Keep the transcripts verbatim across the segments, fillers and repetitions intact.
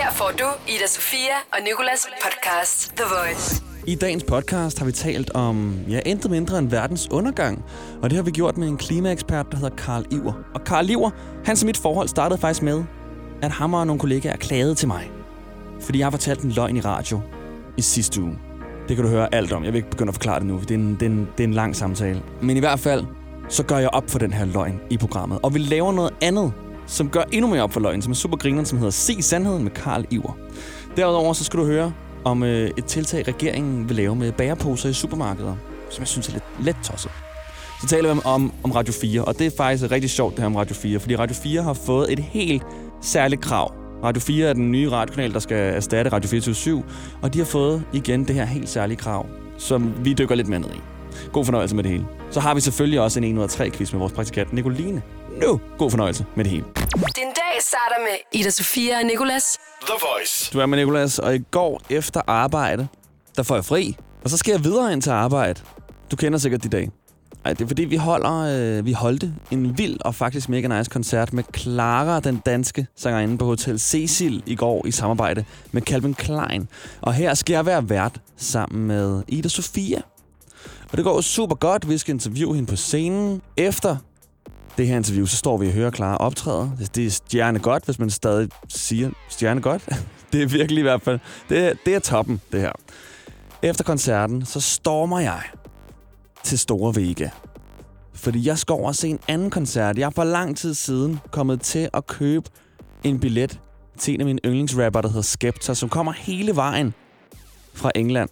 Her får du Ida Sofia og Nicolas podcast The Voice. I dagens podcast har vi talt om, ja, intet mindre end verdens undergang. Og det har vi gjort med en klimaekspert, der hedder Karl Iver. Og Karl Iver, hans og mit forhold startede faktisk med, at ham og nogle kollegaer klagede til mig. Fordi jeg har fortalt en løgn i radio i sidste uge. Det kan du høre alt om. Jeg vil ikke begynde at forklare det nu, for det er en, det er en, det er en lang samtale. Men i hvert fald, så gør jeg op for den her løgn i programmet. Og vi laver noget andet, som gør endnu mere op for løgn, som er super grineren, som hedder Se Sandheden med Karl Iver. Derudover så skal du høre om øh, et tiltag, regeringen vil lave med bagerposer i supermarkeder, som jeg synes er lidt let tosset. Så taler vi om, om Radio fire, og det er faktisk rigtig sjovt, det her om Radio fire, fordi Radio fire har fået et helt særligt krav. Radio fire er den nye radiokanal, der skal erstatte Radio fireogtyve syv, og de har fået igen det her helt særlige krav, som vi dykker lidt mere ned i. God fornøjelse med det hele. Så har vi selvfølgelig også en en ud af tre quiz med vores praktikant Nicoline. Nu, god fornøjelse med det hele. Din dag starter med Ida Sofia og Nicolas. The Voice. Du er med Nicolas, og i går efter arbejde, der får jeg fri. Og så skal jeg videre ind til arbejde. Du kender sikkert de dag. Ej, det er fordi, vi holder, øh, vi holdte en vild og faktisk mega nice koncert med Clara, den danske sangerinde på Hotel Cecil i går i samarbejde med Calvin Klein. Og her skal jeg være vært sammen med Ida Sofia. Og det går super godt. Vi skal interviewe hende på scenen. Efter det her interview, så står vi og hører Clara optræde. Det er stjerne godt, hvis man stadig siger stjerne godt. Det er virkelig i hvert fald. Det er, det er toppen, det her. Efter koncerten, så stormer jeg til Store Vega. Fordi jeg skal over og se en anden koncert. Jeg er for lang tid siden kommet til at købe en billet til en af mine yndlingsrapper, der hedder Skepta, som kommer hele vejen fra England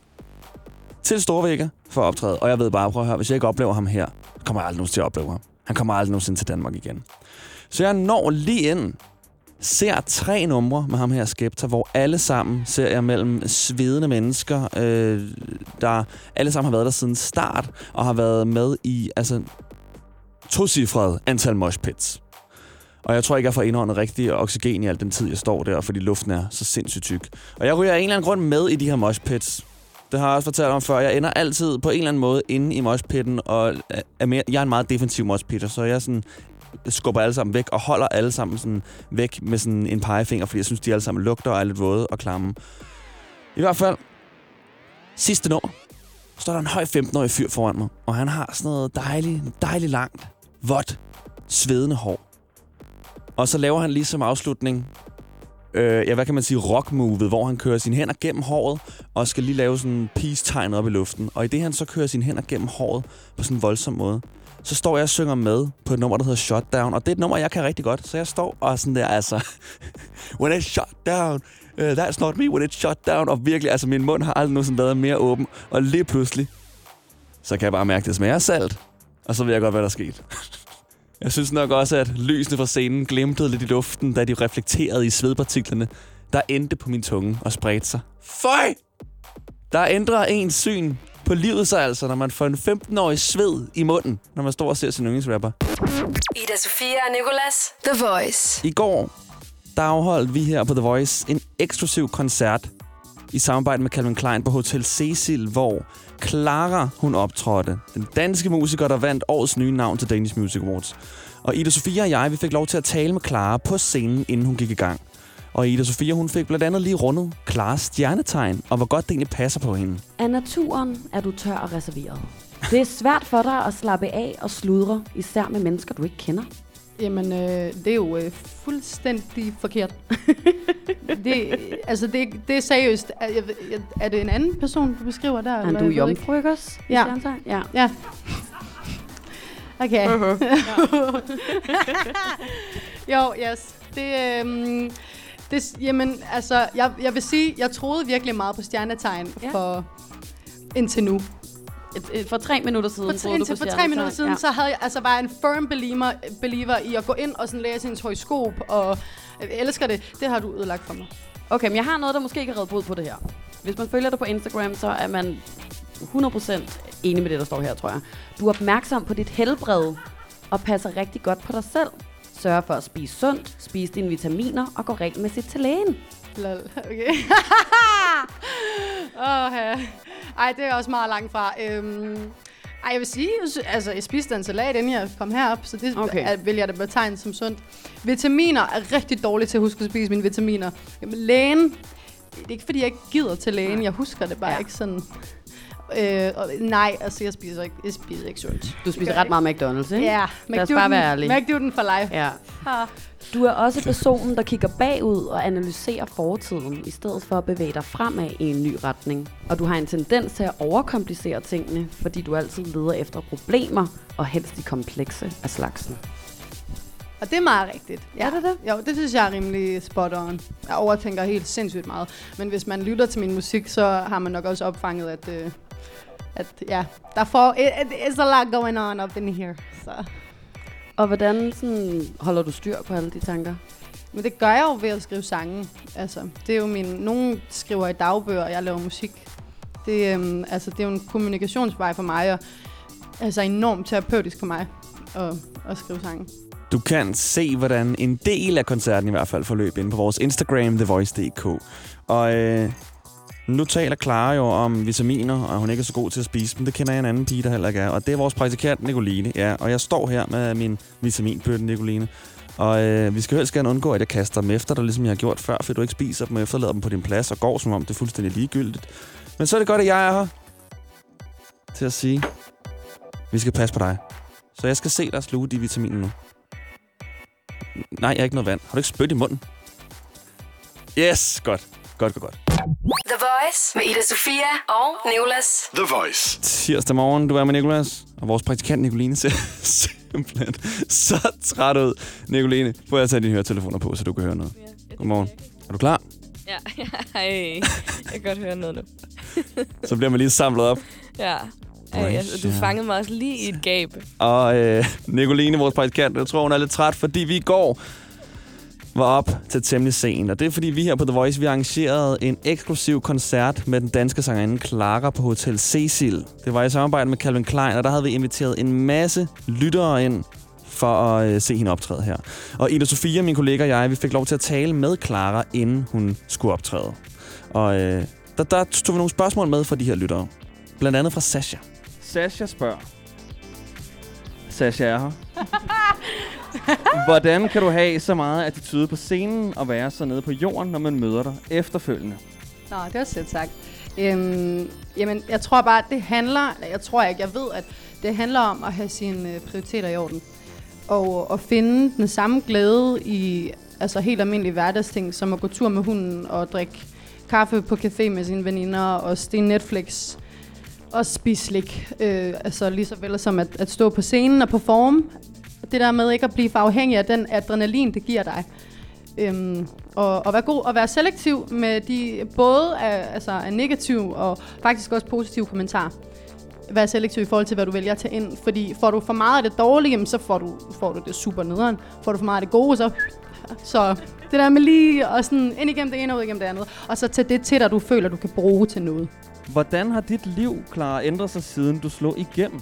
til Store Vega for at optræde. Og jeg ved bare, prøv at høre, hvis jeg ikke oplever ham her, så kommer jeg aldrig nogensinde til at opleve ham. Han kommer aldrig nogensinde til Danmark igen. Så jeg når lige ind, ser tre numre med ham her Skepta, hvor alle sammen ser jeg mellem svedende mennesker, øh, der alle sammen har været der siden start, og har været med i altså tocifret antal moshpits. Og jeg tror ikke, jeg får indåndet rigtig oxygen i al den tid, jeg står der, fordi luften er så sindssygt tyk. Og jeg ryger af en eller anden grund med i de her moshpits. Det har jeg også fortalt om før. Jeg ender altid på en eller anden måde inde i moshpitten, og er mere, jeg er en meget defensiv moshpitter, så jeg sådan skubber alle sammen væk og holder alle sammen sådan væk med sådan en pegefinger, fordi jeg synes, de alle sammen lugter og er lidt våde og klamme. I hvert fald, sidste nummer, står der en høj femten-årig fyr foran mig, og han har sådan noget dejligt, dejligt langt, vådt, svedende hår. Og så laver han lige som afslutning, øh, ja, hvad kan man sige, rock-movet, hvor han kører sine hænder gennem håret, og skal lige lave sådan en peace-tegn op i luften. Og i det, han så kører sine hænder gennem håret på sådan en voldsom måde, så står jeg og synger med på et nummer, der hedder Shutdown. Og det er et nummer, jeg kan rigtig godt. Så jeg står og sådan der, altså when it's shut down, uh, that's not me, when it's shut down. Og virkelig, altså min mund har aldrig nogensinde været mere åben. Og lige pludselig, så kan jeg bare mærke, at det smager af salt. Og så ved jeg godt, hvad der er sket. Jeg synes nok også, at lysene fra scenen glimtede lidt i luften, da de reflekterede i svedpartiklerne, der endte på min tunge og spredte sig. Føj! Der ændrer ens syn på livet sig altså, når man får en femten-årig sved i munden, når man står og ser sin yndlingsrapper. Ida Sofia og Nicolas, The Voice. I går, der afholdt vi her på The Voice en eksklusiv koncert i samarbejde med Calvin Klein på Hotel Cecil, hvor Clara, hun optrådte. Den danske musiker, der vandt årets nye navn til Danish Music Awards. Og Ida Sofia og jeg, vi fik lov til at tale med Clara på scenen, inden hun gik i gang. Og Ida Sofia, hun fik blandt andet lige rundet Claras stjernetegn, og hvor godt det egentlig passer på hende. Af naturen er du tør og reserveret. Det er svært for dig at slappe af og sludre, især med mennesker, du ikke kender. Jamen, øh, det er jo øh, fuldstændig forkert. det, altså, det, det er seriøst. Er, jeg, er det en anden person, du beskriver der? Er du jomfru, ikke også? Ja. Ja. Ja. Okay. Uh-huh. Jo, yes. Det, øhm, det, jamen, altså, jeg, jeg vil sige, jeg troede virkelig meget på stjernetegn ja. for indtil nu. Et, et, for tre minutter siden, for, indtil for tre minutter siden, ja. så havde jeg, altså, var jeg en firm believer, believer i at gå ind og sådan læse hendes horoskop, og jeg elsker det. Det har du ødelagt for mig. Okay, men jeg har noget, der måske ikke har reddet bod på det her. Hvis man følger dig på Instagram, så er man hundrede procent enig med det, der står her, tror jeg. Du er opmærksom på dit helbred og passer rigtig godt på dig selv. Sørg for at spise sundt, spise dine vitaminer og gå regelmæssigt til lægen. Lol, okay. oh, ja. Ej, det er også meget langt fra. Øhm, Ej, jeg vil sige, altså jeg spiste en salat, inden jeg kom herop, så det Okay. er, vil jeg da betegne som sundt. Vitaminer er rigtig dårligt til at huske at spise mine vitaminer. Jamen, lægen, det er ikke fordi, jeg ikke gider til lægen, jeg husker det bare Ja. ikke sådan. Øh, og, nej, altså jeg spiser ikke, jeg spiser ikke sundt. Du spiser ret meget McDonald's, ikke? Ja, Lad os bare være ærlige. McDuden for life. Ja. Ha. Du er også personen, der kigger bagud og analyserer fortiden, i stedet for at bevæge dig fremad i en ny retning. Og du har en tendens til at overkomplicere tingene, fordi du altid leder efter problemer, og helst de komplekse af slagsen. Og det er meget rigtigt. Ja. Er det det? Jo, det synes jeg er rimelig spot on. Jeg overtænker helt sindssygt meget. Men hvis man lytter til min musik, så har man nok også opfanget, at, øh, at ja, der får, it, it's a lot going on up in here. Så. Og hvordan sådan, holder du styr på alle de tanker? Men det gør jeg jo ved at skrive sange. Altså, det er jo min, nogen skriver i dagbøger, og jeg laver musik. Det, øhm, altså, det er jo en kommunikationsvej for mig, og altså enormt terapeutisk for mig at, at skrive sange. Du kan se, hvordan en del af koncerten i hvert fald forløb inde på vores Instagram, the voice punktum d k. Og øh, nu taler Clara jo om vitaminer, og hun ikke er så god til at spise dem. Det kender jeg en anden pige, der heller ikke er. Og det er vores praktikant, Nicoline. Ja, og jeg står her med min vitaminbøtte, Nicoline. Og øh, vi skal helst gerne undgå, at jeg kaster dem efter dig, ligesom jeg har gjort før, for du ikke spiser dem og efterlader dem på din plads og går, som om det er fuldstændig ligegyldigt. Men så er det godt, at jeg er her til at sige, vi skal passe på dig. Så jeg skal se dig sluge de vitaminer nu. Nej, jeg har ikke noget vand. Har du ikke spyt i munden? Yes, godt. Godt, godt, godt. The Voice med Ida Sofia og Nicolas. The Voice. Tirsdag morgen, du er med Nicolas, og vores praktikant Nicoline ser simpelthen så træt ud. Nicoline, får jeg tage dine høretelefoner på, så du kan høre noget. Ja, Godmorgen. Er du klar? Ja, ja, ej. Jeg kan godt høre noget nu. Så bliver man lige samlet op. Ja. Ej, altså, du fangede mig også lige i et gab. Og øh, Nicoline, vores praktikant, jeg tror, hun er lidt træt, fordi vi i går var op til temmelig sent. Og det er, fordi vi her på The Voice, vi arrangerede en eksklusiv koncert med den danske sangerinde Clara på Hotel Cecil. Det var i samarbejde med Calvin Klein, og der havde vi inviteret en masse lyttere ind for at øh, se hende optræde her. Og Ida Sofia, min kollega og jeg, vi fik lov til at tale med Clara, inden hun skulle optræde. Og øh, der, der tog vi nogle spørgsmål med fra de her lyttere. Blandt andet fra Sasha. Sasha spørger. Sasha er her. Hvordan kan du have så meget attitude på scenen og være så nede på jorden, når man møder dig efterfølgende? Nå, det var sødt sagt. Øhm, jamen, jeg tror bare, at det handler... Eller jeg tror ikke, jeg ved, at det handler om at have sine øh, prioriteter i orden. Og at finde den samme glæde i altså helt almindelige hverdagsting, som at gå tur med hunden og drikke kaffe på café med sine veninder og se Netflix og spise slik. Øh, altså lige så vel som at, at stå på scenen og performe. Det der med ikke at blive for afhængig af den adrenalin, det giver dig. Øhm, og, og være god og være selektiv med de både af, altså af negative og faktisk også positive kommentarer. Vær selektiv i forhold til, hvad du vælger at tage ind. Fordi får du for meget af det dårlige, jamen, så får du, får du det super nederen. Får du for meget af det gode, så... Så det der med lige og sådan ind igennem det ene og ud igennem det andet. Og så tage det til dig, du føler, du kan bruge til noget. Hvordan har dit liv, Clara, ændret sig, siden du slog igennem?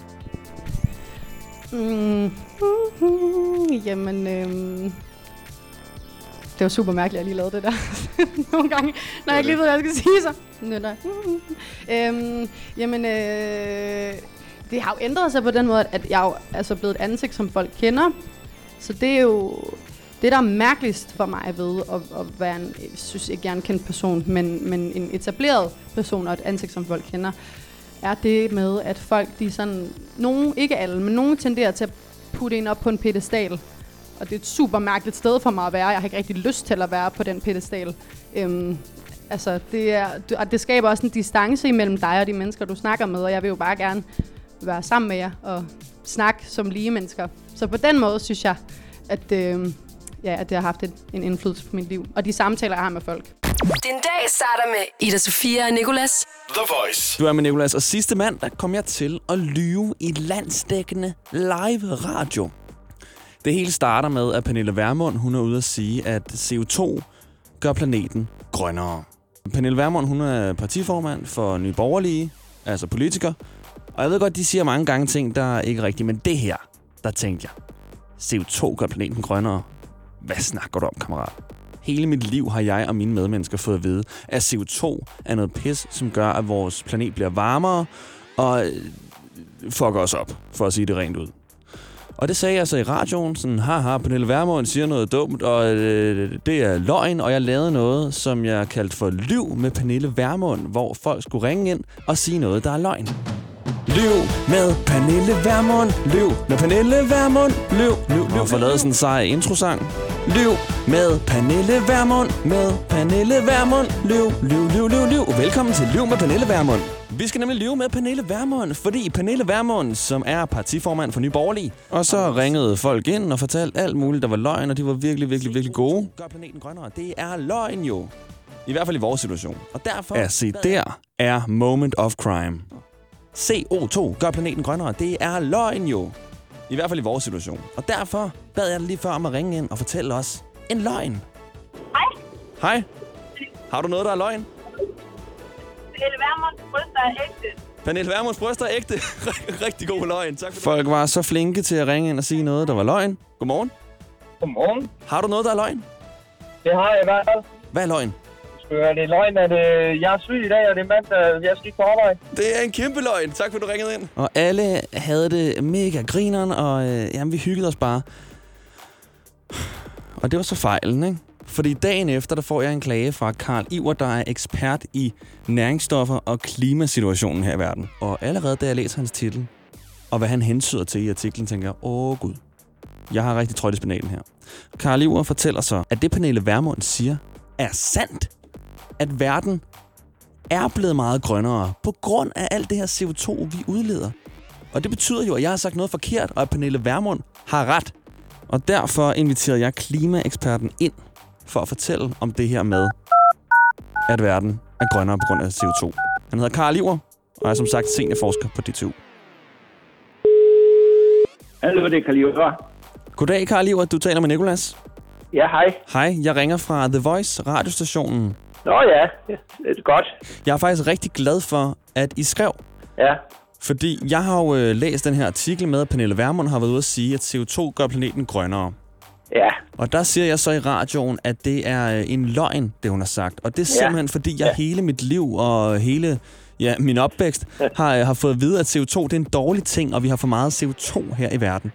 Mm. Jamen, øhm. det var super mærkeligt, at jeg lige lavede det der. Nogle gange, når jeg ikke lige ved, hvad jeg skal sige, så. Nå, nej. øhm, jamen, øh, det har jo ændret sig på den måde, at jeg er jo altså blevet et ansigt, som folk kender. Så det er jo det, der er mærkeligst for mig ved at, at være en, jeg synes ikke, jeg er en kendt person, men, men en etableret person og et ansigt, som folk kender, er det med, at folk, de sådan, nogen, ikke alle, men nogen tenderer til at putte en op på en pedestal. Og det er et super mærkeligt sted for mig at være. Jeg har ikke rigtig lyst til at være på den pedestal. Øhm, altså, det, er, og det skaber også en distance imellem dig og de mennesker, du snakker med, og jeg vil jo bare gerne være sammen med jer og snakke som lige mennesker. Så på den måde synes jeg, at, øh, ja, at det har haft en, en indflydelse på mit liv. Og de samtaler, jeg har med folk. Din dag starter med Ida Sofia og Nicolas. The Voice. Du er med Nicolas, og sidste mandag kom jeg til at lyve i landsdækkende live radio. Det hele starter med, at Pernille Vermund, hun er ude at sige, at C O to gør planeten grønnere. Pernille Vermund, hun er partiformand for Nye Borgerlige, altså politiker. Og jeg ved godt, de siger mange gange ting, der er ikke rigtige, men det her, der tænkte jeg, C O to gør planeten grønnere. Hvad snakker du om, kammerat? Hele mit liv har jeg og mine medmennesker fået at vide, at C O to er noget pis, som gør, at vores planet bliver varmere, og fucker os op, for at sige det rent ud. Og det sagde jeg så i radioen, sådan, haha, Pernille Vermund siger noget dumt, og øh, det er løgn, og jeg lavede noget, som jeg kaldte for Lyv med Pernille Vermund, hvor folk skulle ringe ind og sige noget, der er løgn. Lyv med Pernille Vermund, lyv med Pernille Vermund, lyv, lyv, lyv. Og få lavet sådan en sej introsang. Lyv med Pernille Vermund, med Pernille Vermund, lyv, lyv, lyv, lyv, lyv. Velkommen til Lyv med Pernille Vermund. Vi skal nemlig lyve med Pernille Vermund, fordi Pernille Vermund, som er partiformand for Nye Borgerlige, og så ringede folk ind og fortalte alt muligt, der var løgn, og de var virkelig, virkelig, virkelig gode. Gør planeten grønnere. Det er løgn jo. I hvert fald i vores situation. Og derfor... Ja, se, der er moment of crime. C O to gør planeten grønnere. Det er løgn jo. I hvert fald i vores situation. Og derfor bad jeg dig lige før om at ringe ind og fortælle os en løgn. Hej. Hej. Har du noget, der er løgn? Pernille Vermunds bryster er ægte. Pernille Vermunds bryster er ægte. Rigtig god løgn. Tak for Folk var så flinke til at ringe ind og sige noget, der var løgn. Godmorgen. Godmorgen. Har du noget, der er løgn? Det har jeg i hvert fald. Hvad er løgn? Det er løgn, at øh, jeg er syg i dag, og det er mandag, jeg skal ikke på arbejde. Det er en kæmpe løgn. Tak for, at du ringede ind. Og alle havde det mega grineren, og øh, jamen, vi hyggede os bare. Og det var så fejlen, ikke? Fordi dagen efter, der får jeg en klage fra Carl Iver, der er ekspert i næringsstoffer og klimasituationen her i verden. Og allerede da jeg læser hans titel, og hvad han hensyder til i artiklen, tænker jeg, åh gud, jeg har rigtig trådt i spinalen her. Carl Iver fortæller så, at det Pernille Vermund siger, er sandt. At verden er blevet meget grønnere på grund af alt det her C O to, vi udleder. Og det betyder jo, at jeg har sagt noget forkert, og at Pernille Vermund har ret. Og derfor inviterede jeg klimaeksperten ind for at fortælle om det her med, at verden er grønnere på grund af C O to. Han hedder Carl Iver, og er som sagt seniorforsker på D T U. Hallo, det er Carl Iver. Goddag, Carl Iver. Du taler med Nicolas. Ja, hej. Hej, jeg ringer fra The Voice, radiostationen. Nå ja, det er godt. Jeg er faktisk rigtig glad for, at I skrev. Ja. Fordi jeg har jo øh, læst den her artikel med, at Pernille Vermund har været ude at sige, at C O to gør planeten grønnere. Ja. Og der siger jeg så i radioen, at det er øh, en løgn, det hun har sagt. Og det er simpelthen, ja. fordi jeg ja. hele mit liv og hele ja, min opvækst har, har fået at vide, at C O to det er en dårlig ting, og vi har for meget C O to her i verden.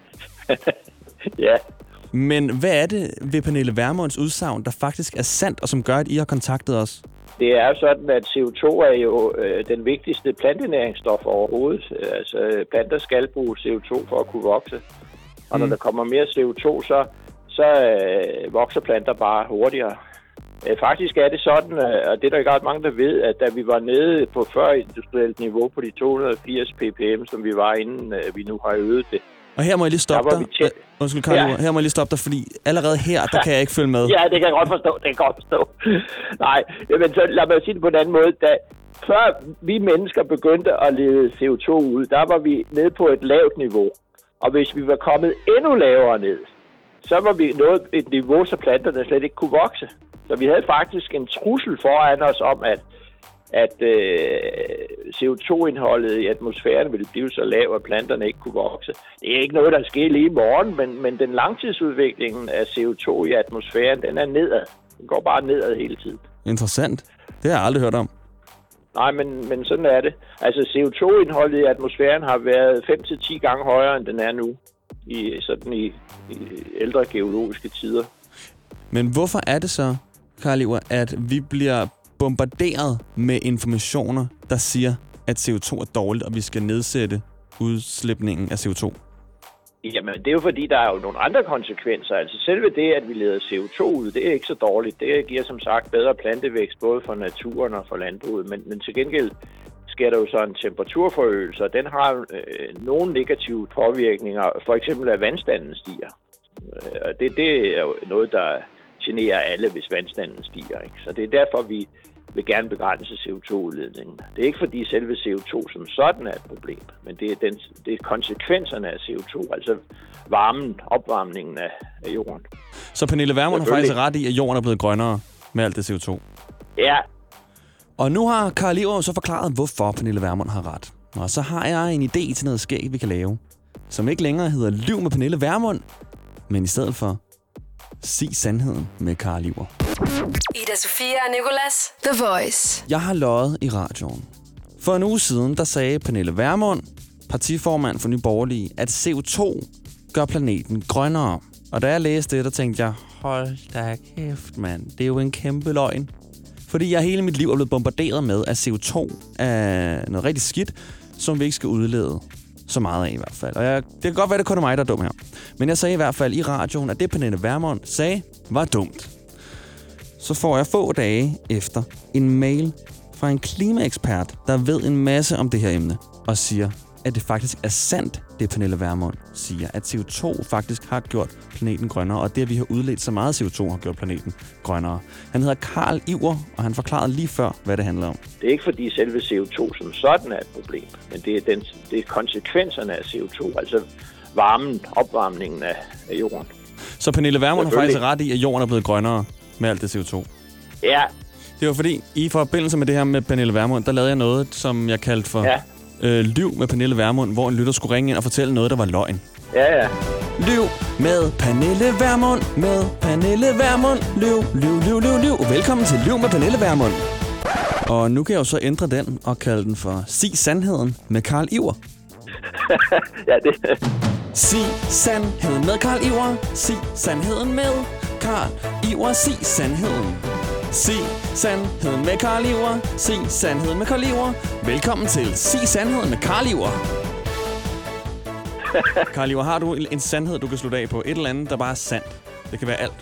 Ja. Men hvad er det ved Pernille Vermunds udsagn, der faktisk er sandt, og som gør, at I har kontaktet os? Det er sådan, at C O to er jo øh, den vigtigste plantenæringsstof overhovedet. Altså, planter skal bruge C O to for at kunne vokse. Og når mm. der kommer mere C O to, så, så øh, vokser planter bare hurtigere. Øh, faktisk er det sådan, øh, og det er der ikke ret mange, der ved, at da vi var nede på førindustrielt niveau på de to hundrede og firs ppm, som vi var inden øh, vi nu har øget det. Og her må jeg lige stoppe dig. Tæ- Undskyld, Carl, ja. Her må jeg lige stoppe dig, fordi allerede her, der kan jeg ikke følge med. Ja, det kan jeg godt forstå. Det kan jeg godt forstå. Nej, men så lad mig sige det på en anden måde. Da, før vi mennesker begyndte at lede C O to ud, der var vi nede på et lavt niveau. Og hvis vi var kommet endnu lavere ned, så var vi nået et niveau, så planterne slet ikke kunne vokse. Så vi havde faktisk en trussel foran os om, at at øh, C O to indholdet i atmosfæren ville blive så lav, at planterne ikke kunne vokse. Det er ikke noget, der sker lige i morgen, men, men den langtidsudviklingen af C O to i atmosfæren, den er nedad. Den går bare nedad hele tiden. Interessant. Det har jeg aldrig hørt om. Nej, men, men sådan er det. Altså C O to indholdet i atmosfæren har været fem til ti gange højere, end den er nu, i, sådan i, i ældre geologiske tider. Men hvorfor er det så, Carl Iver, at vi bliver bombarderet med informationer, der siger, at C O to er dårligt, og vi skal nedsætte udslipningen af C O to? Jamen, det er jo fordi, der er jo nogle andre konsekvenser. Altså selve det, at vi leder C O to ud, det er ikke så dårligt. Det giver som sagt bedre plantevækst, både for naturen og for landbruget. Men, men til gengæld sker der jo så en temperaturforøgelse, og den har øh, nogle negative påvirkninger. For eksempel, at vandstanden stiger. Og det, det er jo noget, der generer alle, hvis vandstanden stiger. Ikke? Så det er derfor, vi vil gerne begrænse C O to udledningen. Det er ikke fordi selve C O to som sådan er et problem, men det er, den, det er konsekvenserne af C O to, altså varmen, opvarmningen af, af jorden. Så Pernille Vermund har faktisk ret i, at jorden er blevet grønnere med alt det C O to? Ja. Og nu har Carl Iver så forklaret, hvorfor Pernille Vermund har ret. Og så har jeg en idé til noget skæg, vi kan lave, som ikke længere hedder Lyv med Pernille Vermund, men i stedet for Sig sandheden med Carl Iver. Ida Sofia og Nicolas, The Voice. Jeg har løjet i radioen. For en uge siden, der sagde Pernille Vermund partiformand for Nye Borgerlige, at C O to gør planeten grønnere. Og da jeg læste det, der tænkte jeg, hold da kæft, mand. Det er jo en kæmpe løgn. Fordi jeg hele mit liv er blevet bombarderet med, at C O to er noget rigtig skidt, som vi ikke skal udlede så meget af i hvert fald. Og jeg, det kan godt være, det kun er mig, der er dum her. Men jeg sagde i hvert fald i radioen, at det Pernille Vermund sagde, var dumt. Så får jeg få dage efter en mail fra en klimaekspert, der ved en masse om det her emne, og siger, at det faktisk er sandt, det Pernille Vermund siger, at C O to faktisk har gjort planeten grønnere, og det, at vi har udledt så meget C O to, har gjort planeten grønnere. Han hedder Karl Iver, og han forklarede lige før, hvad det handler om. Det er ikke fordi selve C O to som sådan er et problem, men det er, den, det er konsekvenserne af C O to, altså varmen, opvarmningen af, af jorden. Så Pernille Vermund har faktisk ret i, at jorden er blevet grønnere med alt det C O to? Ja. Det var fordi, i forbindelse med det her med Pernille Vermund, der lavede jeg noget, som jeg kaldte for... Ja. Øh, Lyv med Pernille Vermund, hvor en lytter skulle ringe ind og fortælle noget, der var løgn. Ja, ja. Lyv med Pernille Vermund, med Pernille Vermund. Lyv, lyv, lyv, lyv, lyv. Velkommen til Lyv med Pernille Vermund. Og nu kan jeg jo så ændre den og kalde den for Sig Sandheden med Karl Iver. Ja, det Sig Sandheden med Karl Iver. Sig Sandheden med Karl Iver. Sig Sandheden. Sig Sandheden med Karl Iver. Sig Sandheden med Karl Iver. Velkommen til Sig Sandheden med Karl Iver. Karl Iver, har du en sandhed, du kan slutte af på? Et eller andet, der bare er sandt. Det kan være alt.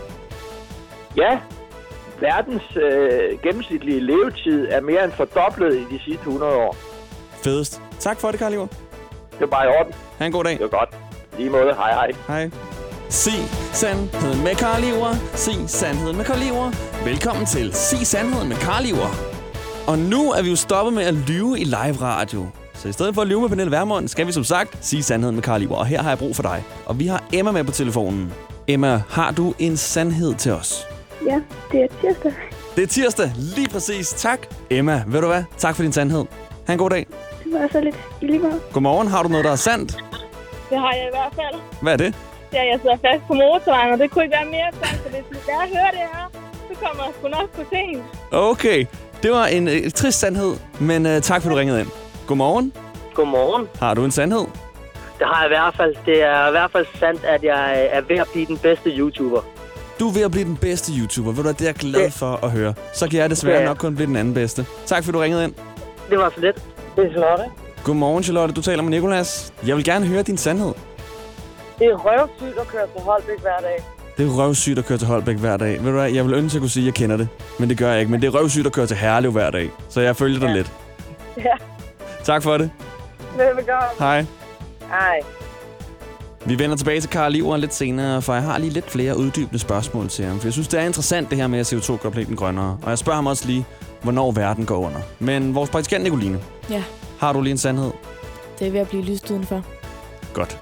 Ja. Verdens øh, gennemsnitlige levetid er mere end fordoblet i de sidste hundrede år. Fedest. Tak for det, Karl Iver. Det var bare i orden. Ha' en god dag. Det var godt. Lige måde. Hej, hej. Hej. Sig Sandheden med Karl Iver. Sig Sandheden med Karl Iver. Velkommen til Sig Sandheden med Karl Iver. Og nu er vi jo stoppet med at lyve i live radio. Så i stedet for at lyve med Pernille Vermund, skal vi som sagt sige sandheden med Karl Iver. Og her har jeg brug for dig. Og vi har Emma med på telefonen. Emma, har du en sandhed til os? Ja, det er tirsdag. Det er tirsdag, lige præcis. Tak. Emma, ved du hvad? Tak for din sandhed. Ha' en god dag. Det var så lidt i lige måde. Godmorgen, har du noget, der er sandt? Det har jeg i hvert fald. Hvad er det? Ja, jeg sidder fast på motorvejen, og det kunne ikke være mere sandt, for hvis jeg hører det her, så kommer jeg sgu nok på sent. Okay, det var en øh, trist sandhed, men øh, tak for, du ringede ind. Godmorgen. Godmorgen. Har du en sandhed? Det har jeg i hvert fald. Det er i hvert fald sandt, at jeg er ved at blive den bedste YouTuber. Du er ved at blive den bedste YouTuber. Ved du, det er jeg glad for at høre. Så kan jeg desværre ja. nok kun blive den anden bedste. Tak for, du ringede ind. Det var så lidt. Det er Charlotte. Godmorgen, Charlotte. Du taler med Nicolas. Jeg vil gerne høre din sandhed. Det er røvsygt at køre til Holbæk hver dag. Det er røvsygt at køre til Holbæk hver dag. Ved du hvad, jeg vil ønske at kunne sige, at jeg kender det. Men det gør jeg ikke. Men det er røvsygt at køre til Herlev hver dag. Så jeg følger dig ja. lidt. Ja. Tak for det. Velbekomme. Hej. Hej. Vi vender tilbage til Karl Iver lidt senere, for jeg har lige lidt flere uddybende spørgsmål til ham. For jeg synes, det er interessant det her med, at C O to gør planeten grønnere. Og jeg spørger ham også lige, hvornår verden går under. Men vores praktikant Nicoline. Ja. Har du lige en sandhed? Det er ved at blive lyst udenfor. Godt.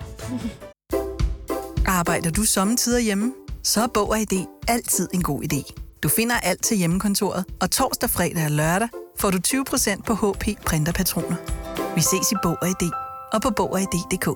Arbejder du sommetider hjemme? Så er Bog og I D altid en god idé. Du finder alt til hjemmekontoret, og torsdag, fredag og lørdag får du tyve procent på H P printerpatroner. Vi ses i Bog og I D og på bog og i d punktum d k.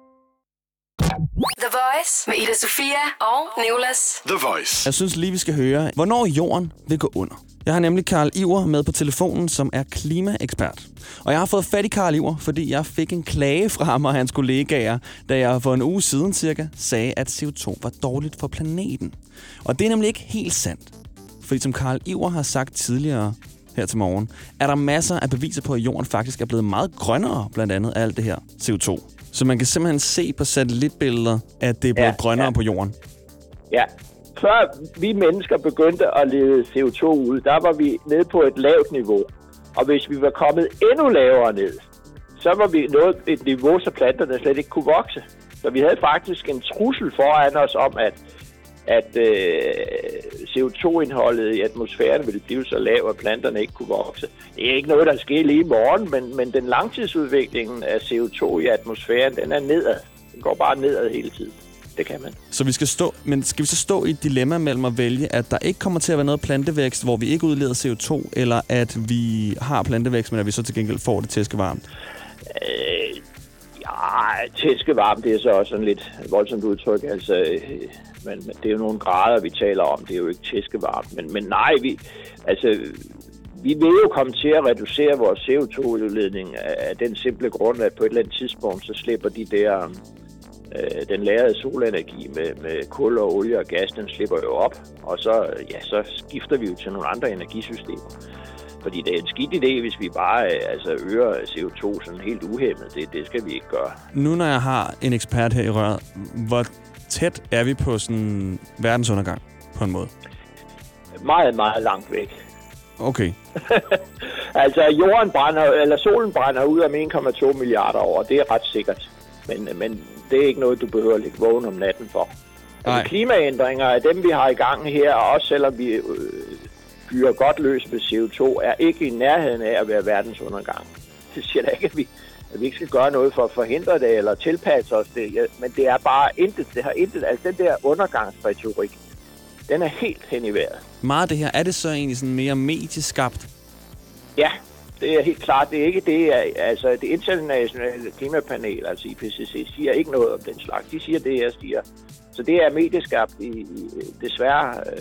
The Voice med Ida Sofia og Nicolas. The Voice. Jeg synes lige, vi skal høre, hvornår jorden vil gå under. Jeg har nemlig Karl Iver med på telefonen, som er klimaekspert. Og jeg har fået fat i Karl Iver, fordi jeg fik en klage fra ham og hans kollegaer, da jeg for en uge siden cirka sagde, at C O to var dårligt for planeten. Og det er nemlig ikke helt sandt. Fordi som Karl Iver har sagt tidligere her til morgen, er der masser af beviser på, at jorden faktisk er blevet meget grønnere, blandt andet af alt det her C O to. Så man kan simpelthen se på satellitbilleder, at det er blevet ja, grønnere ja. på jorden. Ja. Før vi mennesker begyndte at lede C O to ud, der var vi nede på et lavt niveau. Og hvis vi var kommet endnu lavere ned, så var vi nået et niveau, så planterne slet ikke kunne vokse. Så vi havde faktisk en trussel foran os om, at, at øh, C O to-indholdet i atmosfæren ville blive så lav, at planterne ikke kunne vokse. Det er ikke noget, der sker lige i morgen, men, men den langtidsudviklingen af C O to i atmosfæren, den er nedad. Den går bare nedad hele tiden. Det kan man. Så vi skal stå, men skal vi så stå i et dilemma mellem at vælge, at der ikke kommer til at være noget plantevækst, hvor vi ikke udleder C O to, eller at vi har plantevækst, men at vi så til gengæld får det tæskevarmt? Øh, ja, tæskevarmt, det er så også sådan lidt voldsomt udtryk. Altså, øh, men, men det er jo nogle grader, vi taler om. Det er jo ikke tæskevarmt. Men, men nej, vi, altså, vi vil jo komme til at reducere vores C O to udledning af den simple grund, at på et eller andet tidspunkt, så slipper de der, øh, den lagrede solenergi med, med kul og olie og gas, den slipper jo op, og så, ja, så skifter vi jo til nogle andre energisystemer. Fordi det er en skidt idé, hvis vi bare altså, øger C O to sådan helt uhæmmet. Det, det skal vi ikke gøre. Nu når jeg har en ekspert her i røret, hvor tæt er vi på sådan verdensundergang på en måde? Meget, meget langt væk. Okay. Altså, jorden brænder, eller solen brænder ud om en komma to milliarder år. Det er ret sikkert. Men, men det er ikke noget, du behøver at ligge vågen om natten for. Altså, klimaændringer af dem, vi har i gang her, og også selvom vi øh, fyrer godt løs med C O to, er ikke i nærheden af at være verdensundergang. Det siger da ikke, at vi, at vi ikke skal gøre noget for at forhindre det, eller tilpasse os det. Ja, men det er bare intet. Det har intet. Altså, den der undergangsretorik, den er helt hen i vejret. Meget af det her, er det så egentlig sådan mere medieskabt? Ja, det er helt klart. Det er ikke det. Altså, det internationale klimapanel, altså I P C C, siger ikke noget om den slags. De siger det, jeg siger. Så det er medieskabt i, i desværre øh,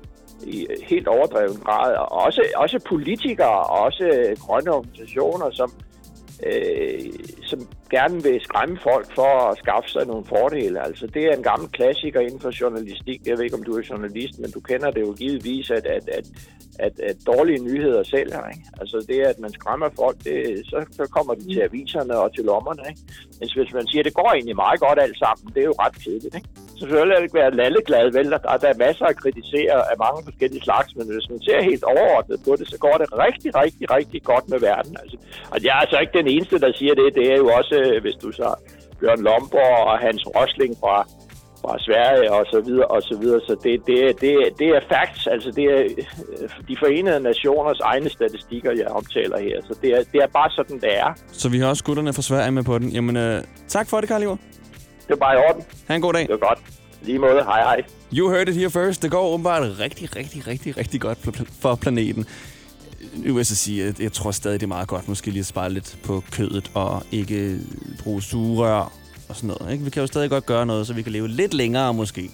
i helt overdreven grad. Og også, også politikere, og også grønne organisationer, som, øh, som gerne vil skræmme folk for at skaffe sig nogle fordele. Altså, det er en gammel klassiker inden for journalistik. Jeg ved ikke, om du er journalist, men du kender det jo givetvis, at, at, at, at, at dårlige nyheder sælger, ikke? Altså, det er, at man skræmmer folk, det, så, så kommer de til aviserne og til lommerne, ikke? Men hvis man siger, at det går egentlig meget godt alt sammen, det er jo ret kedeligt, ikke? Så selvfølgelig er det ikke være lalleglad, vel? Der, der er masser at kritisere af mange forskellige slags, men hvis man ser helt overordnet på det, så går det rigtig, rigtig, rigtig godt med verden. Altså, og jeg er altså ikke den eneste, der siger det. Det er jo også, hvis du så Bjørn Lomborg og Hans Rosling fra, fra Sverige og så videre og så videre. Så det, det, det, det er facts, altså det er de forenede nationers egne statistikker, jeg omtaler her. Så det er, det er bare sådan, det er. Så vi har også gutterne fra Sverige med på den. Jamen, øh, tak for det, Carl Iver. Det var bare i orden. Ha' en god dag. Det var godt. Lige måde. Hej, hej. You heard it here first. Det går åbenbart rigtig, rigtig, rigtig, rigtig godt for planeten. Nu vil jeg så sige, at jeg tror stadig, det er meget godt måske lige at spare lidt på kødet og ikke bruge sugerør og sådan noget. Ikke? Vi kan jo stadig godt gøre noget, så vi kan leve lidt længere måske.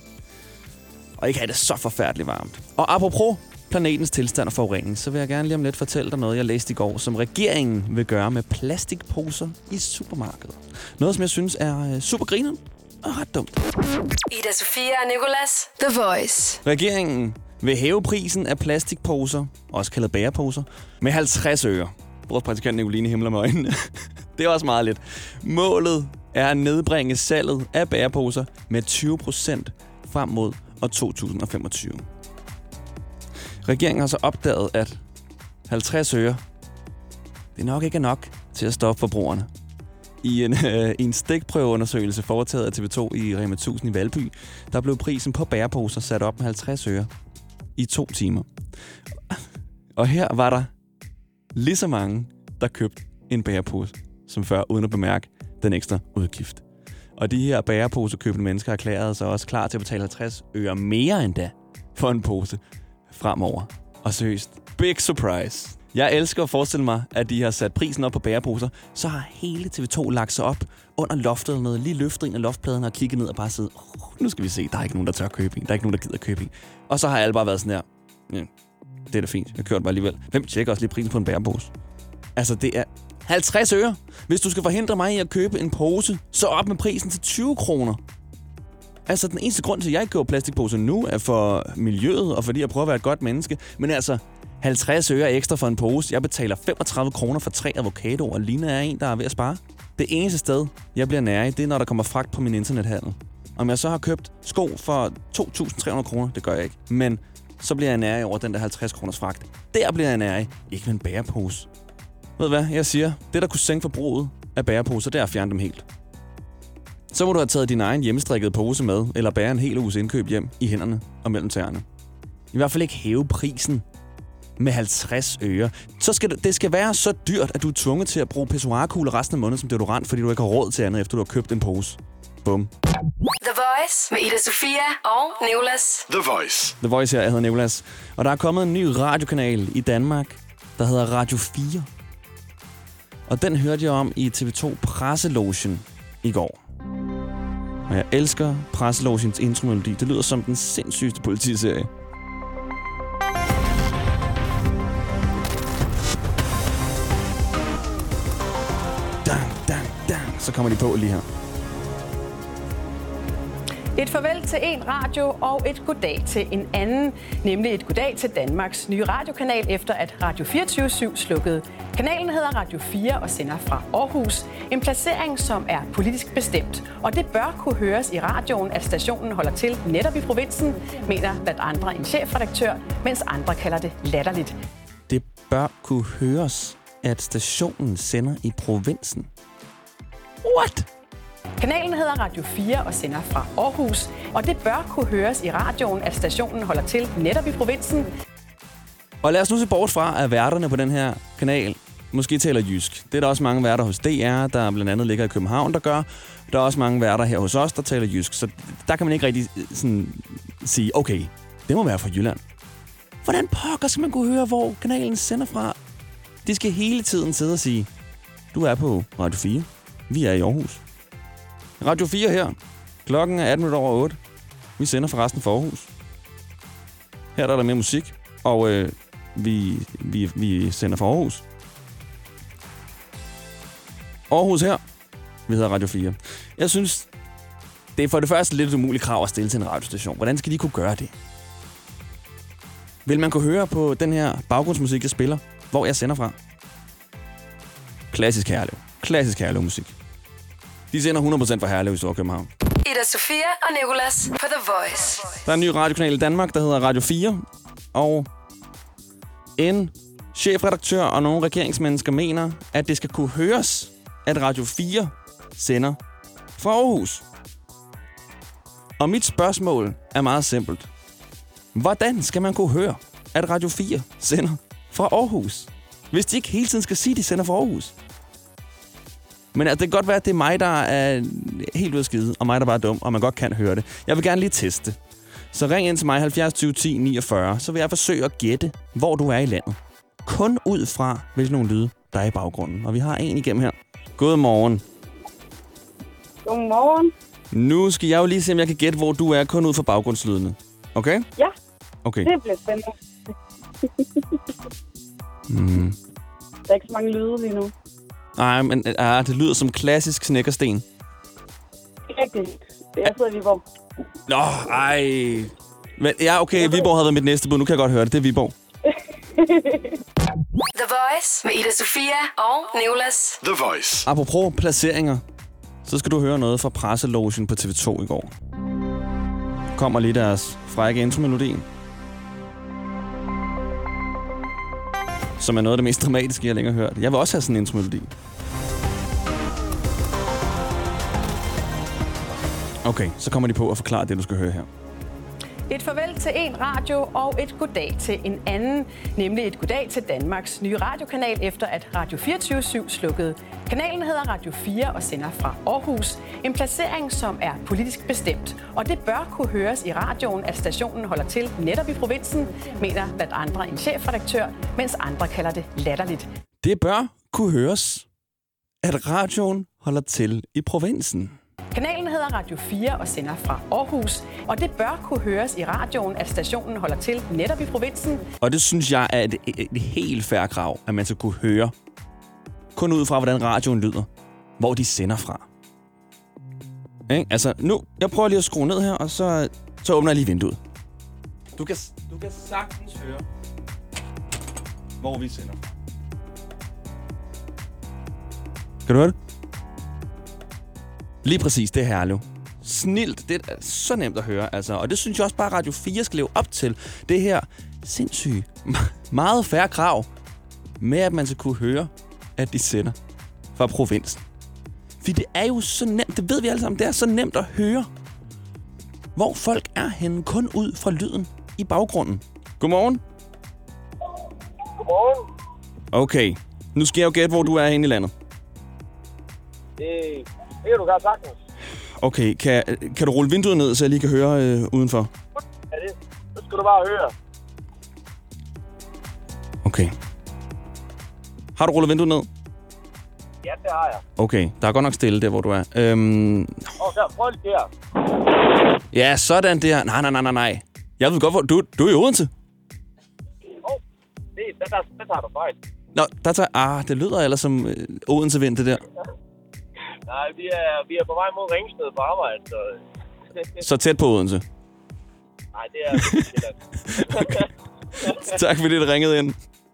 Og ikke have det så forfærdeligt varmt. Og apropos planetens tilstand og forurening, så vil jeg gerne lige om lidt fortælle dig noget, jeg læste i går, som regeringen vil gøre med plastikposer i supermarkedet. Noget, som jeg synes er super griner og ret dumt. Ida Sofia og Nicolas, The Voice. Regeringen vil hæve prisen af plastikposer, også kaldet bæreposer, med halvtreds øre. Vores praktikant Nicoline himler med øjnene. Det er også meget lidt. Målet er at nedbringe salget af bæreposer med tyve procent frem mod år to tusind og femogtyve. Regeringen har så opdaget, at halvtreds øre, det nok ikke er nok til at stoppe forbrugerne. I en, øh, i en stikprøveundersøgelse foretaget af T V to i Rema tusind i Valby, der blev prisen på bæreposer sat op med halvtreds øre i to timer. Og her var der lige så mange, der købte en bærepose som før, uden at bemærke den ekstra udgift. Og de her bæreposekøbende mennesker erklærede sig også klar til at betale halvtreds øre mere end da for en pose fremover. Og seriøst, big surprise. Jeg elsker at forestille mig, at de har sat prisen op på bæreposer, så har hele T V to lagt sig op under loftet eller noget, lige løftet en af loftpladen og kigget ned og bare siddet, oh, nu skal vi se, der er ikke nogen, der tør købe en, der er ikke nogen, der gider købe en. Og så har alle bare været sådan her, ja, det er da fint, jeg kører den bare alligevel. Hvem tjekker også lige prisen på en bærepose? Altså, det er halvtreds øre. Hvis du skal forhindre mig i at købe en pose, så op med prisen til tyve kroner. Altså, den eneste grund til, at jeg ikke køber plastikposer nu, er for miljøet og fordi jeg prøver at være et godt menneske. Men altså, halvtreds øre ekstra for en pose. Jeg betaler femogtredive kroner for tre avocadoer, og Lina er en, der er ved at spare. Det eneste sted, jeg bliver nær i, det er, når der kommer fragt på min internethandel. Om jeg så har købt sko for to tusind tre hundrede kroner, det gør jeg ikke. Men så bliver jeg nær i over den der halvtreds kroners fragt. Der bliver jeg nær i, ikke med en bærepose. Ved du hvad, jeg siger? Det, der kunne sænke forbruget af bæreposer, det er at fjerne dem helt. Så må du have taget din egen hjemmestrikkede pose med, eller bære en hel uges indkøb hjem i hænderne og mellem tæerne. I hvert fald ikke hæve prisen med halvtreds øre. Så skal det, det skal være så dyrt, at du er tvunget til at bruge pissoirkugler resten af måneden som deodorant, fordi du ikke har råd til andet, efter du har købt en pose. Bum. The Voice med Ida Sofia og Nicolas. The Voice. The Voice her, jeg hedder Nicolas. Og der er kommet en ny radiokanal i Danmark, der hedder Radio fire. Og den hørte jeg om i T V to Presselogen i går. Og jeg elsker Presselogens intromelodi. Det lyder som den sindssygeste politiserie. så kommer de på lige her. Et farvel til en radio og et goddag til en anden, nemlig et goddag til Danmarks nye radiokanal, efter at Radio fireogtyve syv slukkede. Kanalen hedder Radio fire og sender fra Aarhus, en placering, som er politisk bestemt. Og det bør kunne høres i radioen, at stationen holder til netop i provinsen, mener blandt andre en chefredaktør, mens andre kalder det latterligt. Det bør kunne høres, at stationen sender i provinsen. What? Kanalen hedder Radio fire og sender fra Aarhus, og det bør kunne høres i radioen, at stationen holder til netop i provinsen. Og lad os nu se bort fra, at værterne på den her kanal måske taler jysk. Det er der også mange værter hos D R, der blandt andet ligger i København, der gør. Der er også mange værter her hos os, der taler jysk. Så der kan man ikke rigtig sådan sige, okay, det må være fra Jylland. Hvordan pokker skal man kunne høre, hvor kanalen sender fra? De skal hele tiden sidde og sige, du er på Radio fire. Vi er i Aarhus. Radio fire her. Klokken er atten over otte. Vi sender forresten for Aarhus. Her der er der mere musik, og øh, vi, vi, vi sender for Aarhus. Aarhus her. Vi hedder Radio fire. Jeg synes, det er for det første lidt et umuligt krav at stille til en radiostation. Hvordan skal de kunne gøre det? Vil man kunne høre på den her baggrundsmusik, jeg spiller, hvor jeg sender fra? Klassisk Herlev. Klassisk Herlev musik. De sender hundrede procent fra Herlev i Storkøbenhavn. Ida Sofia og Nicolas på The Voice. Der er en ny radiokanal i Danmark, der hedder Radio fire. Og en chefredaktør og nogle regeringsmennesker mener, at det skal kunne høres, at Radio fire sender fra Aarhus. Og mit spørgsmål er meget simpelt. Hvordan skal man kunne høre, at Radio fire sender fra Aarhus, hvis de ikke hele tiden skal sige, at de sender fra Aarhus? Men altså, det kan godt være, at det er mig, der er helt ude af skide, og mig, der bare er dum, og man godt kan høre det. Jeg vil gerne lige teste. Så ring ind til mig halvfjerds tyve ti niogfyrre, så vil jeg forsøge at gætte, hvor du er i landet. Kun ud fra, hvilke nogle lyde, der er i baggrunden. Og vi har en igennem her. Godmorgen. Godmorgen. Nu skal jeg jo lige se, om jeg kan gætte, hvor du er, kun ud fra baggrundslydene. Okay? Ja, okay. Det bliver spændende. mm. Der er ikke så mange lyde lige nu. Nej, men ah, det lyder som klassisk snekkersten. Rigtigt. Det er sidder i Viborg. Nå, ej. Men, ja, okay, Viborg havde været mit næste bud. Nu kan jeg godt høre det. Det er Viborg. The Voice med Ida Sofia og Nicolas. The Voice. Apropos placeringer, så skal du høre noget fra presselogen på T V to i går. Kommer lige deres frække intromelodi, som er noget af det mest dramatiske, jeg længere har hørt. Jeg vil også have sådan en intromelodi. Okay, så kommer de på at forklare det, du skal høre her. Et farvel til en radio og et goddag til en anden, nemlig et goddag til Danmarks nye radiokanal, efter at Radio fireogtyve syv slukkede. Kanalen hedder Radio fire og sender fra Aarhus, en placering, som er politisk bestemt. Og det bør kunne høres i radioen, at stationen holder til netop i provinsen, mener blandt andre en chefredaktør, mens andre kalder det latterligt. Det bør kunne høres, at radioen holder til i provinsen. Kanalen hedder Radio fire og sender fra Aarhus, og det bør kunne høres i radioen, at stationen holder til netop i provinsen. Og det synes jeg er et, et, et helt fair krav, at man skal kunne høre, kun ud fra, hvordan radioen lyder, hvor de sender fra. Ik? Altså, nu, jeg prøver lige at skrue ned her, og så, så åbner jeg lige vinduet. Du kan, du kan sagtens høre, hvor vi sender fra. Kan du høre det? Lige præcis, det er Herlev. Snilt, det er så nemt at høre, altså. Og det synes jeg også bare, Radio fire skal leve op til. Det her sindssygt, meget færre krav med, at man skal kunne høre, at de sender fra provinsen. For det er jo så nemt, det ved vi alle sammen, det er så nemt at høre, hvor folk er henne, kun ud fra lyden i baggrunden. Godmorgen. Godmorgen. Okay, nu skal jeg jo gætte, hvor du er henne i landet. Det, det kan du gøre sagtens. Okay, kan, kan du rulle vinduet ned, så jeg lige kan høre øh, udenfor? Ja, det. Nu skal du bare høre. Okay. Har du rullet vinduet ned? Ja, det har jeg. Okay, der er godt nok stille der, hvor du er. Øhm... Åh, så prøv lige her. Ja, sådan der. Nej, nej, nej, nej, nej. Jeg ved godt, hvor du, du er i Odense. Åh, oh, det, der, der, der tager du fejl. Nå, der tager... Ah, det lyder ellers som øh, Odense-vind, det der. Nej, vi er, vi er på vej mod Ringsted på arbejde, så... Så tæt på Odense. Nej, det er... Tak fordi du ringede ind.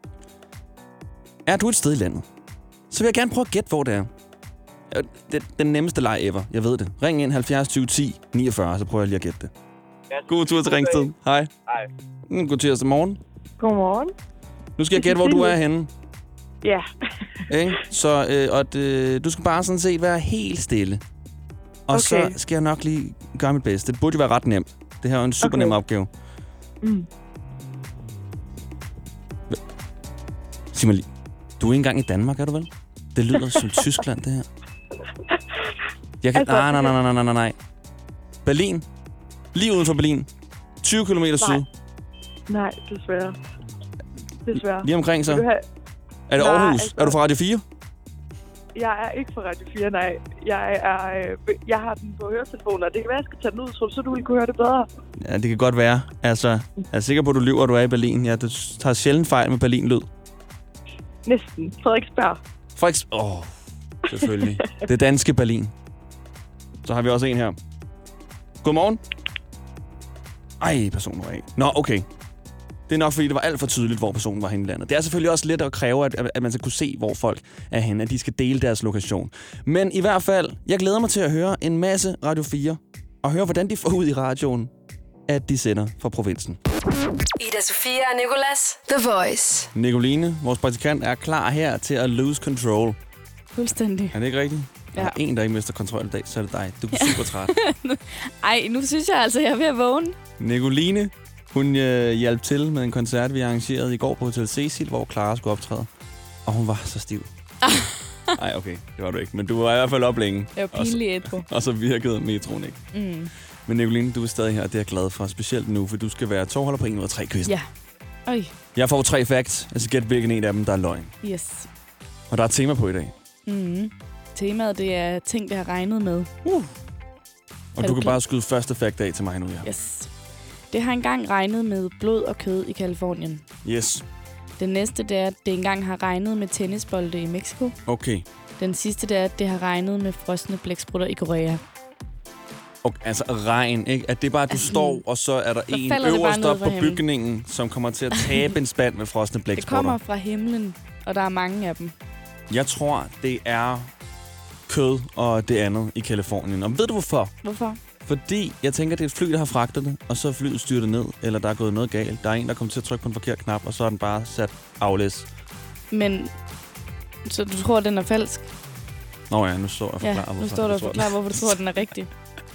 Er du et sted i landet, så vil jeg gerne prøve at gætte, hvor det er. Det er den nemmeste leg ever. Jeg ved det. Ring ind halvfjerds tyve ti niogfyrre, så prøver jeg lige at gætte det. God tur til Ringsted. Hej. Hej. Mm, god tirsdag morgen. Godmorgen. Nu skal jeg gætte, hvor du er henne. Ja. Ikke? Så øh, og det, du skal bare sådan set være helt stille. Og okay. Så skal jeg nok lige gøre mit bedste. Det burde jo være ret nemt. Det her er en super okay. nem opgave. Mm. Sig mig lige. Du er ikke engang i Danmark, er du vel? Det lyder som Tyskland, det her. Jeg kan... Altså, nej, nej, nej, nej, nej, nej, nej. Berlin. Lige uden for Berlin. tyve kilometer syd. Nej, desværre. Desværre. Lige omkring så. Have... Er det nej, Aarhus? altså... Er du fra Radio fire? Jeg er ikke fra Radio fire, nej. Jeg, er, øh, jeg har den på høretelefonen, og det kan være, at jeg skal tage den ud, så, så du vil kunne høre det bedre. Ja, det kan godt være. Altså, jeg er sikker på, at du lyver, at du er i Berlin. Ja, du tager sjældent fejl med Berlin-lyd. Næsten. Frederiksberg. Frederiksberg. Åh, oh, selvfølgelig. Det danske Berlin. Så har vi også en her. Godmorgen. Ej, personen var af. Nå, okay. Det er nok, fordi det var alt for tydeligt, hvor personen var henne i landet. Det er selvfølgelig også lidt at kræve, at, at man skal kunne se, hvor folk er henne, at de skal dele deres lokation. Men i hvert fald, jeg glæder mig til at høre en masse Radio fire, og høre, hvordan de får ud i radioen, at de sender fra provinsen. Ida Sofia og Nicolas, The Voice. Nicoline, vores praktikant, er klar her til at lose control. Fuldstændig. Er det ikke rigtigt? Ja. Der er en, der ikke mister kontrol i dag, så er det dig. Du er ja. super træt. Ej, nu synes jeg altså, jeg er ved at vågne. Nicoline, hun øh, hjalp til med en koncert, vi arrangerede i går på Hotel Cecil, hvor Clara skulle optræde. Og hun var så stiv. Nej, okay, det var du ikke. Men du var i hvert fald op længe. Jeg var pinlig ædru. Og så virkede metroen ikke. Mm. Men Nicoline, du er stadig her, det er jeg glad for. Specielt nu, for du skal være tovholder på en ud af tre quiz. Ja. Øj. Jeg får tre facts. Jeg skal gætte, hvilken en af dem, der er løgn. Yes. Og der er et tema på i dag. Mm. Temaet, det er ting, vi har regnet med. Uh. Og du, du kan klar? bare skyde første fact af til mig nu, ja. Yes. Det har engang regnet med blod og kød i Californien. Yes. Den næste, det er, at det engang har regnet med tennisbolde i Mexico. Okay. Den sidste, det er, at det har regnet med frosne blæksprutter i Korea. Okay, altså regn, ikke? At det er bare, at du altså, står, og så er der så en øverst op på himlen. Bygningen, som kommer til at tabe en spand med frosne blæksprutter. Det kommer fra himlen, og der er mange af dem. Jeg tror, det er kød og det andet i Californien. Og ved du hvorfor? Hvorfor? Fordi jeg tænker, det er et fly, der har fragtet det, og så er flyet styrtet ned, eller der er gået noget galt. Der er en, der kommer til at trykke på en forkert knap, og så er den bare sat aflæs. Men, så du tror, den er falsk? Nå ja, nu står jeg og forklarer, ja, nu hvorfor. står du og forklarer, hvorfor du tror, den er rigtig.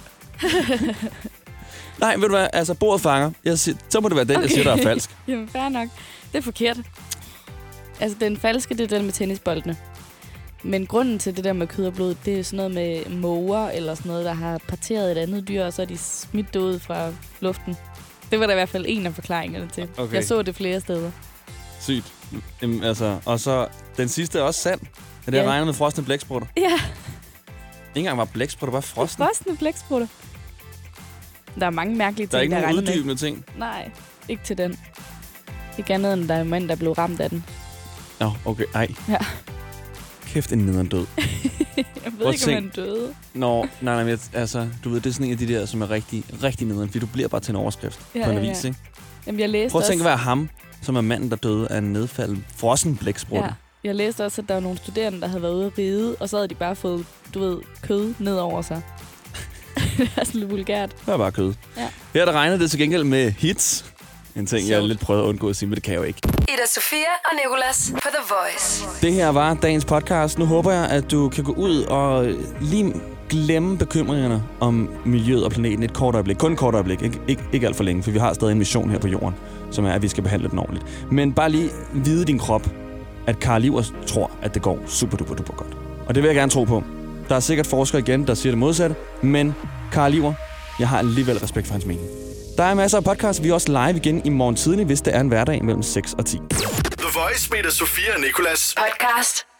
Nej, ved du hvad? Altså, bordet fanger. Jeg siger, så må det være den, okay. Jeg siger, der er falsk. Jamen, fair nok. Det er forkert. Altså, den falske, det er den med tennisboldene. Men grunden til det der med kød og blod, det er sådan noget med måger eller sådan noget, der har parteret et andet dyr, og så er de smidt ud fra luften. Det var der i hvert fald en af forklaringerne til. Okay. Jeg så det flere steder. Sygt. Jamen, altså, og så den sidste er også sand. Er det, jeg ja. regner med frosne blæksprutter? Ja. Ikke engang var blæksprutter, bare frosne. Frosne blæksprutter. Der er mange mærkelige ting, der er ikke der nogen uddybende ting? Nej, ikke til den. Ikke andet end, der er en mand, der blev ramt af den. Nå, okay. Ej. Ja. Kæft, en nederen død. Jeg ved ikke, om han døde. Nå, nej, nej, altså, du ved, det er sådan en af de der, som er rigtig, rigtig nederen, fordi du bliver bare til en overskrift ja, på en ja, avis, ja. ikke? Jamen, jeg læste Prøv at tænke også... at være ham, som er manden, der døde af en nedfaldet frossen blæksprutte. Ja, jeg læste også, at der var nogle studerende, der havde været ude at ride, og så havde de bare fået, du ved, kød ned over sig. Det er sådan lidt vulgært. Det er bare kød. Ja. Her der regner det til gengæld med hits. En ting, jeg lidt prøvet at undgå at sige, men det kan jeg jo ikke. Ida Sofia og Nicolas på The Voice. Det her var dagens podcast. Nu håber jeg, at du kan gå ud og lige glemme bekymringerne om miljøet og planeten et kort øjeblik. Kun et kort øjeblik. Ik- ikke, ikke alt for længe, for vi har stadig en mission her på jorden, som er, at vi skal behandle den ordentligt. Men bare lige vide din krop, at Karl Ivers tror, at det går super duper duper godt. Og det vil jeg gerne tro på. Der er sikkert forskere igen, der siger det modsatte, men Karl Iver, jeg har alligevel respekt for hans mening. Der er masser af podcasts. Vi er også live igen i morgen tidlig, hvis det er en hverdag mellem seks og ti. The Voice med Sofia og Nicolas. Podcast.